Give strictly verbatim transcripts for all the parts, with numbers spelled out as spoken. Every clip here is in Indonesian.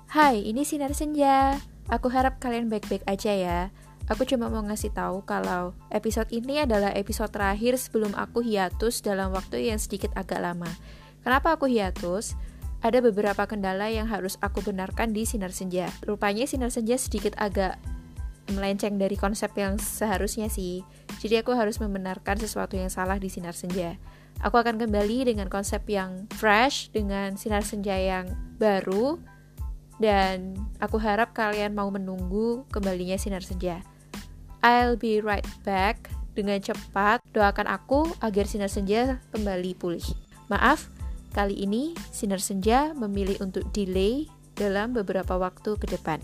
Hai, ini Sinar Senja. Aku harap kalian baik-baik aja ya. Aku cuma mau ngasih tahu kalau episode ini adalah episode terakhir sebelum aku hiatus dalam waktu yang sedikit agak lama. Kenapa aku hiatus? Ada beberapa kendala yang harus aku benarkan di Sinar Senja. Rupanya Sinar Senja sedikit agak melenceng dari konsep yang seharusnya sih. Jadi aku harus membenarkan sesuatu yang salah di Sinar Senja. Aku akan kembali dengan konsep yang fresh, dengan Sinar Senja yang baru, dan aku harap kalian mau menunggu kembalinya Sinar Senja. I'll be right back dengan cepat. Doakan aku agar Sinar Senja kembali pulih. Maaf, kali ini Sinar Senja memilih untuk delay dalam beberapa waktu ke depan.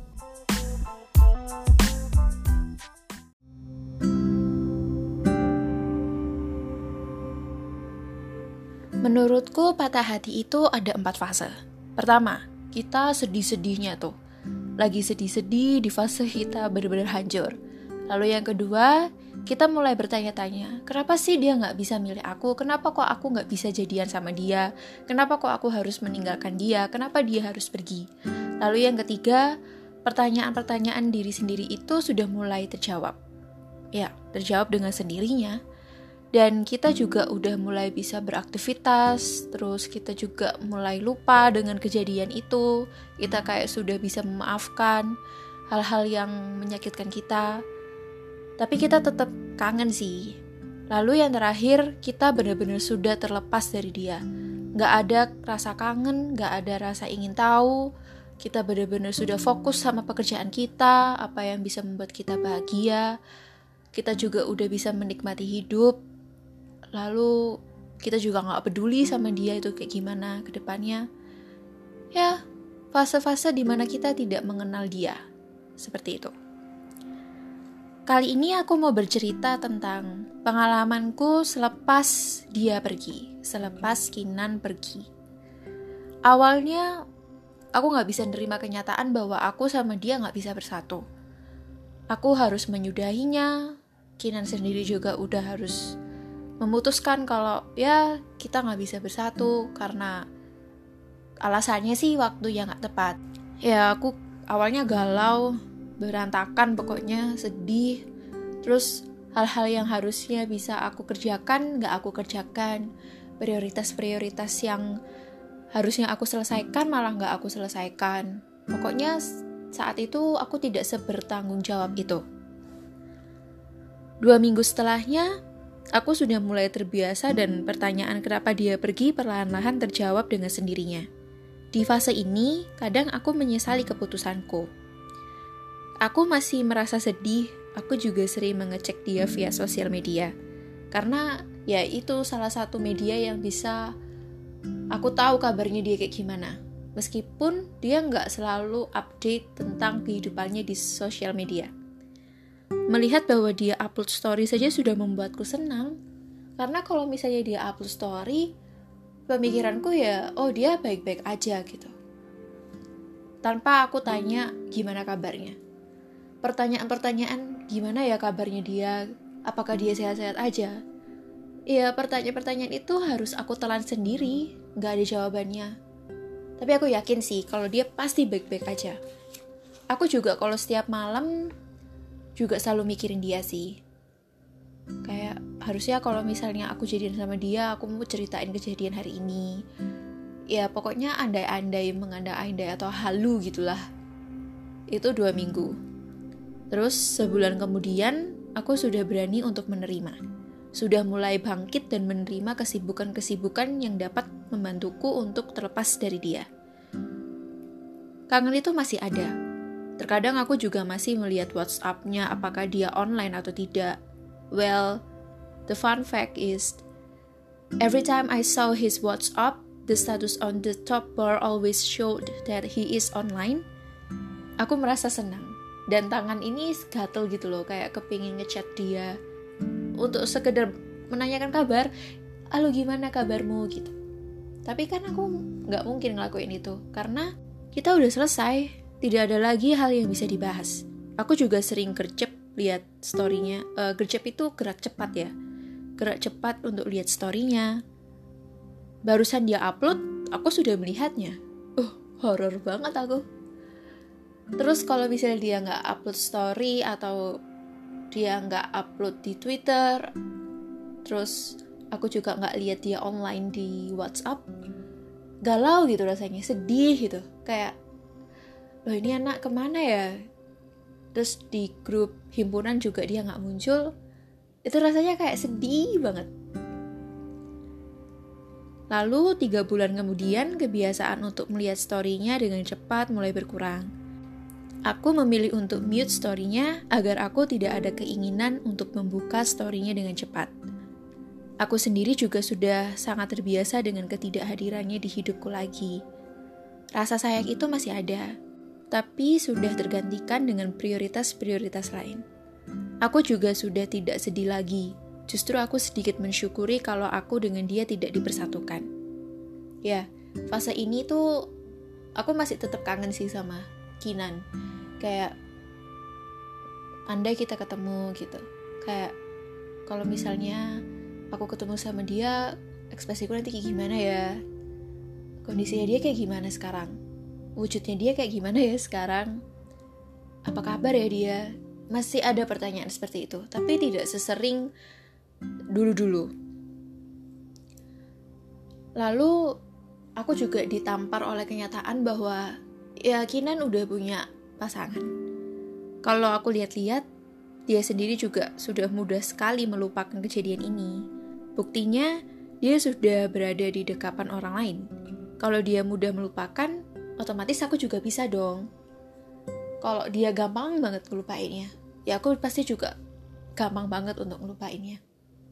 Menurutku patah hati itu ada empat fase. Pertama, kita sedih-sedihnya tuh. Lagi sedih-sedih di fase kita benar-benar hancur. Lalu yang kedua, kita mulai bertanya-tanya, kenapa sih dia gak bisa milih aku? Kenapa kok aku gak bisa jadian sama dia? Kenapa kok aku harus meninggalkan dia? Kenapa dia harus pergi? Lalu yang ketiga, pertanyaan-pertanyaan diri sendiri itu sudah mulai terjawab. Ya, terjawab dengan sendirinya. Dan kita juga udah mulai bisa beraktivitas, terus kita juga mulai lupa dengan kejadian itu. Kita kayak sudah bisa memaafkan hal-hal yang menyakitkan kita. Tapi kita tetap kangen sih. Lalu yang terakhir, kita benar-benar sudah terlepas dari dia. Gak ada rasa kangen, gak ada rasa ingin tahu. Kita benar-benar sudah fokus sama pekerjaan kita, apa yang bisa membuat kita bahagia. Kita juga udah bisa menikmati hidup. Lalu kita juga gak peduli sama dia itu kayak gimana ke depannya. Ya, fase-fase dimana kita tidak mengenal dia. Seperti itu. Kali ini aku mau bercerita tentang pengalamanku selepas dia pergi. Selepas Kinan pergi. Awalnya, aku gak bisa nerima kenyataan bahwa aku sama dia gak bisa bersatu. Aku harus menyudahinya. Kinan sendiri juga udah harus memutuskan kalau ya kita gak bisa bersatu karena alasannya sih waktu yang gak tepat. Ya aku awalnya galau, berantakan pokoknya, sedih. Terus hal-hal yang harusnya bisa aku kerjakan gak aku kerjakan. Prioritas-prioritas yang harusnya aku selesaikan malah gak aku selesaikan. Pokoknya saat itu aku tidak sebertanggung jawab itu. Dua minggu setelahnya aku sudah mulai terbiasa dan pertanyaan kenapa dia pergi perlahan-lahan terjawab dengan sendirinya. Di fase ini, kadang aku menyesali keputusanku. Aku masih merasa sedih, aku juga sering mengecek dia via sosial media. Karena ya itu salah satu media yang bisa aku tahu kabarnya dia kayak gimana. Meskipun dia nggak selalu update tentang kehidupannya di sosial media. Melihat bahwa dia upload story saja sudah membuatku senang. Karena kalau misalnya dia upload story, pemikiranku ya, oh dia baik-baik aja gitu. Tanpa aku tanya gimana kabarnya. Pertanyaan-pertanyaan, gimana ya kabarnya dia? Apakah dia sehat-sehat aja? Ya pertanyaan-pertanyaan itu harus aku telan sendiri, gak ada jawabannya. Tapi aku yakin sih kalau dia pasti baik-baik aja. Aku juga kalau setiap malam juga selalu mikirin dia sih. Kayak harusnya kalau misalnya aku jadian sama dia, aku mau ceritain kejadian hari ini. Ya pokoknya andai-andai, mengandai-andai atau halu gitulah. Itu dua minggu. Terus sebulan kemudian aku sudah berani untuk menerima. Sudah mulai bangkit dan menerima kesibukan-kesibukan yang dapat membantuku untuk terlepas dari dia. Kangen itu masih ada. Terkadang aku juga masih melihat WhatsApp-nya apakah dia online atau tidak. Well, the fun fact is, every time I saw his WhatsApp, the status on the top bar always showed that he is online. Aku merasa senang. Dan tangan ini gatel gitu loh, kayak kepingin ngechat dia. Untuk sekedar menanyakan kabar, halo gimana kabarmu gitu. Tapi kan aku gak mungkin ngelakuin itu, karena kita udah selesai. Tidak ada lagi hal yang bisa dibahas. Aku juga sering gercep lihat story-nya. Uh, gercep itu gerak cepat ya. Gerak cepat untuk lihat story-nya. Barusan dia upload, aku sudah melihatnya. Uh, horor banget aku. Terus kalau misalnya dia nggak upload story atau dia nggak upload di Twitter, terus aku juga nggak lihat dia online di WhatsApp, galau gitu rasanya, sedih gitu. Kayak, loh ini anak kemana ya? Terus di grup himpunan juga dia nggak muncul. Itu rasanya kayak sedih banget. Lalu tiga bulan kemudian kebiasaan untuk melihat story-nya dengan cepat mulai berkurang. Aku memilih untuk mute story-nya agar aku tidak ada keinginan untuk membuka story-nya dengan cepat. Aku sendiri juga sudah sangat terbiasa dengan ketidakhadirannya di hidupku lagi. Rasa sayang itu masih ada, tapi sudah tergantikan dengan prioritas-prioritas lain. Aku juga sudah tidak sedih lagi. Justru aku sedikit mensyukuri kalau aku dengan dia tidak dipersatukan. Ya, fase ini tuh aku masih tetap kangen sih sama Kinan. Kayak andai kita ketemu gitu. Kayak kalau misalnya aku ketemu sama dia, ekspresiku nanti kayak gimana ya? Kondisinya dia kayak gimana sekarang? Wujudnya dia kayak gimana ya sekarang? Apa kabar ya dia? Masih ada pertanyaan seperti itu, tapi tidak sesering dulu-dulu. Lalu aku juga ditampar oleh kenyataan bahwa ya Kinan udah punya pasangan. Kalau aku lihat-lihat, dia sendiri juga sudah mudah sekali melupakan kejadian ini. Buktinya, dia sudah berada di dekapan orang lain. Kalau dia mudah melupakan, otomatis aku juga bisa dong. Kalau dia gampang banget ngelupainnya, ya aku pasti juga gampang banget untuk ngelupainnya.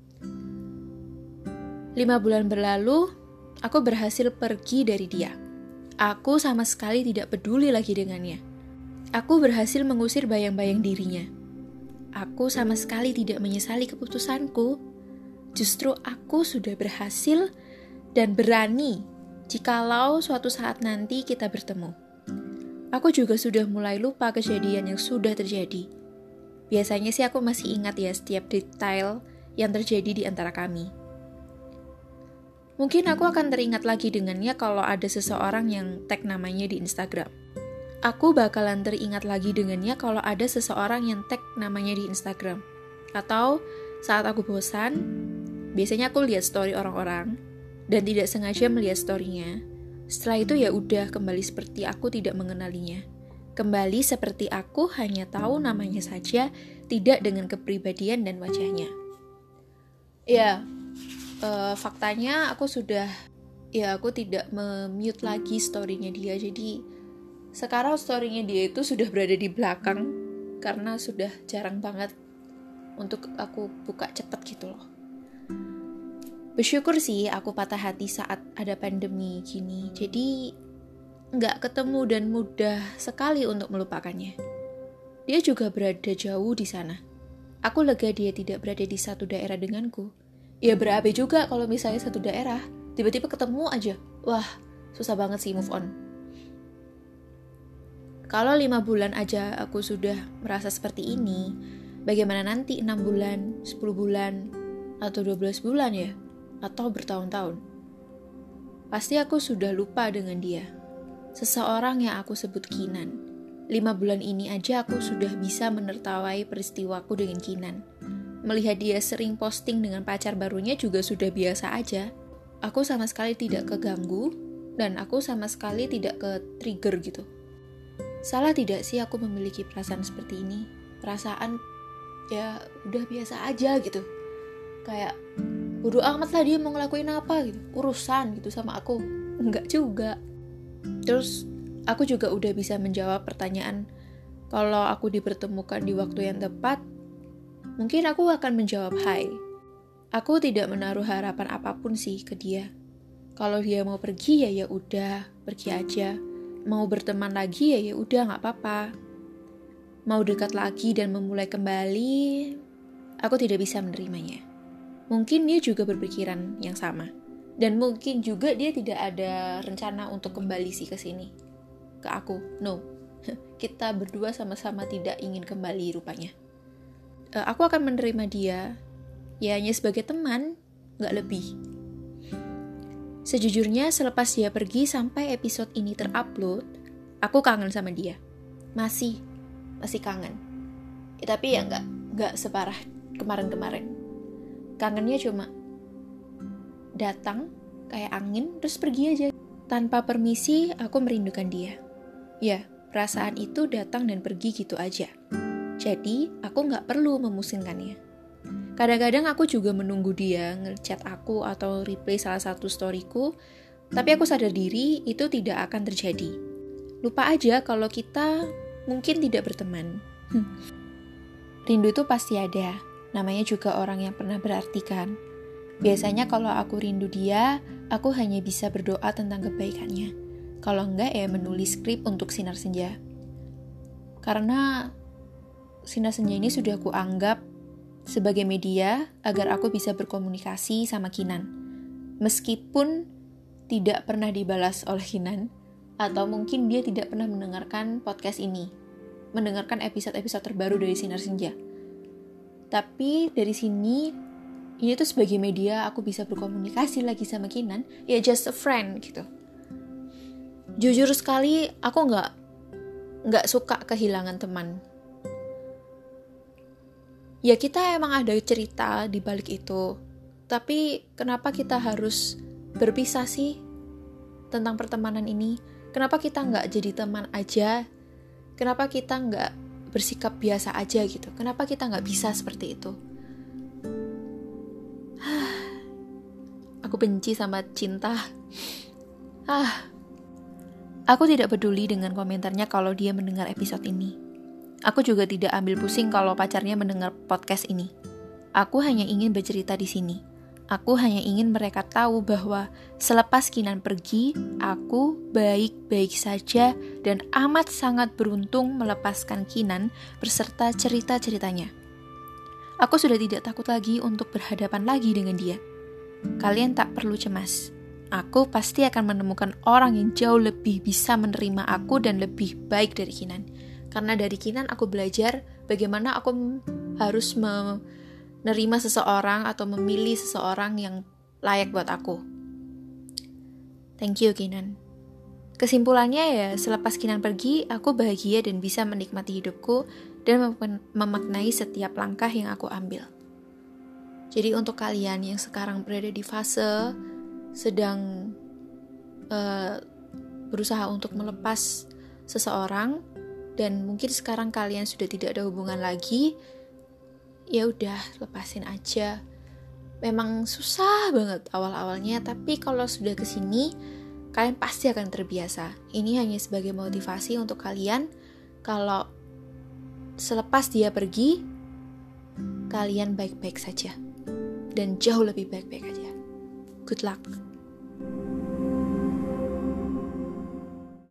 Lima bulan berlalu, aku berhasil pergi dari dia. Aku sama sekali tidak peduli lagi dengannya. Aku berhasil mengusir bayang-bayang dirinya. Aku sama sekali tidak menyesali keputusanku. Justru aku sudah berhasil dan berani jikalau suatu saat nanti kita bertemu. Aku juga sudah mulai lupa kejadian yang sudah terjadi. Biasanya sih aku masih ingat ya setiap detail yang terjadi di antara kami. Mungkin aku akan teringat lagi dengannya kalau ada seseorang yang tag namanya di Instagram. Aku bakalan teringat lagi dengannya kalau ada seseorang yang tag namanya di Instagram. Atau saat aku bosan, biasanya aku lihat story orang-orang dan tidak sengaja melihat story-nya. Setelah itu ya udah kembali seperti aku tidak mengenalinya. Kembali seperti aku hanya tahu namanya saja, tidak dengan kepribadian dan wajahnya. Ya, uh, faktanya aku sudah, ya aku tidak memute lagi story-nya dia. Jadi sekarang story-nya dia itu sudah berada di belakang karena sudah jarang banget untuk aku buka cepet gitu loh. Bersyukur sih aku patah hati saat ada pandemi gini. Jadi nggak ketemu dan mudah sekali untuk melupakannya. Dia juga berada jauh di sana. Aku lega dia tidak berada di satu daerah denganku. Ya berabe juga kalau misalnya satu daerah, tiba-tiba ketemu aja. Wah, susah banget sih move on. Kalau lima bulan aja aku sudah merasa seperti ini, bagaimana nanti enam bulan, sepuluh bulan, atau dua belas bulan ya? Atau bertahun-tahun? Pasti aku sudah lupa dengan dia. Seseorang yang aku sebut Kinan. Lima bulan ini aja aku sudah bisa menertawai peristiwaku dengan Kinan. Melihat dia sering posting dengan pacar barunya juga sudah biasa aja. Aku sama sekali tidak keganggu, dan aku sama sekali tidak ke-trigger gitu. Salah tidak sih aku memiliki perasaan seperti ini? Perasaan ya udah biasa aja gitu. Kayak bodo amat lah dia mau ngelakuin apa gitu. Urusan gitu sama aku. Enggak juga. Terus aku juga udah bisa menjawab pertanyaan, kalau aku dipertemukan di waktu yang tepat, mungkin aku akan menjawab hai. Aku tidak menaruh harapan apapun sih ke dia. Kalau dia mau pergi ya ya udah, pergi aja. Mau berteman lagi ya ya udah nggak apa-apa. Mau dekat lagi dan memulai kembali, aku tidak bisa menerimanya. Mungkin dia juga berpikiran yang sama. Dan mungkin juga dia tidak ada rencana untuk kembali sih ke sini. Ke aku, no. Kita berdua sama-sama tidak ingin kembali rupanya. Uh, aku akan menerima dia, ya hanya sebagai teman, gak lebih. Sejujurnya selepas dia pergi sampai episode ini terupload, aku kangen sama dia. Masih, masih kangen. Ya, tapi ya nggak, nggak separah kemarin-kemarin. Kangennya cuma datang kayak angin terus pergi aja. Tanpa permisi, aku merindukan dia. Ya, perasaan itu datang dan pergi gitu aja. Jadi, aku nggak perlu memusingkannya. Kadang-kadang aku juga menunggu dia ngechat aku atau replay salah satu storyku, tapi aku sadar diri itu tidak akan terjadi. Lupa aja kalau kita mungkin tidak berteman. Rindu itu pasti ada, namanya juga orang yang pernah berarti kan. Biasanya kalau aku rindu dia, aku hanya bisa berdoa tentang kebaikannya. Kalau enggak ya menulis skrip untuk Sinar Senja. Karena Sinar Senja ini sudah aku anggap sebagai media agar aku bisa berkomunikasi sama Kinan. Meskipun tidak pernah dibalas oleh Kinan, atau mungkin dia tidak pernah mendengarkan podcast ini, mendengarkan episode-episode terbaru dari Sinar Senja. Tapi dari sini, ini tuh sebagai media aku bisa berkomunikasi lagi sama Kinan, ya just a friend gitu. Jujur sekali, aku nggak nggak suka kehilangan teman. Ya kita emang ada cerita di balik itu, tapi kenapa kita harus berpisah sih tentang pertemanan ini? Kenapa kita nggak jadi teman aja? Kenapa kita nggak bersikap biasa aja gitu? Kenapa kita nggak bisa seperti itu? Aku benci sama cinta. Ah, aku tidak peduli dengan komentarnya kalau dia mendengar episode ini. Aku juga tidak ambil pusing kalau pacarnya mendengar podcast ini. Aku hanya ingin bercerita di sini. Aku hanya ingin mereka tahu bahwa selepas Kinan pergi, aku baik-baik saja dan amat sangat beruntung melepaskan Kinan beserta cerita-ceritanya. Aku sudah tidak takut lagi untuk berhadapan lagi dengan dia. Kalian tak perlu cemas. Aku pasti akan menemukan orang yang jauh lebih bisa menerima aku dan lebih baik dari Kinan. Karena dari Kinan aku belajar bagaimana aku harus menerima seseorang atau memilih seseorang yang layak buat aku. Thank you Kinan. Kesimpulannya ya, selepas Kinan pergi, aku bahagia dan bisa menikmati hidupku dan mem- memaknai setiap langkah yang aku ambil. Jadi untuk kalian yang sekarang berada di fase sedang uh, berusaha untuk melepas seseorang, dan mungkin sekarang kalian sudah tidak ada hubungan lagi, ya udah lepasin aja. Memang susah banget awal-awalnya, tapi kalau sudah kesini, kalian pasti akan terbiasa. Ini hanya sebagai motivasi untuk kalian, kalau selepas dia pergi, kalian baik-baik saja. Dan jauh lebih baik-baik aja. Good luck.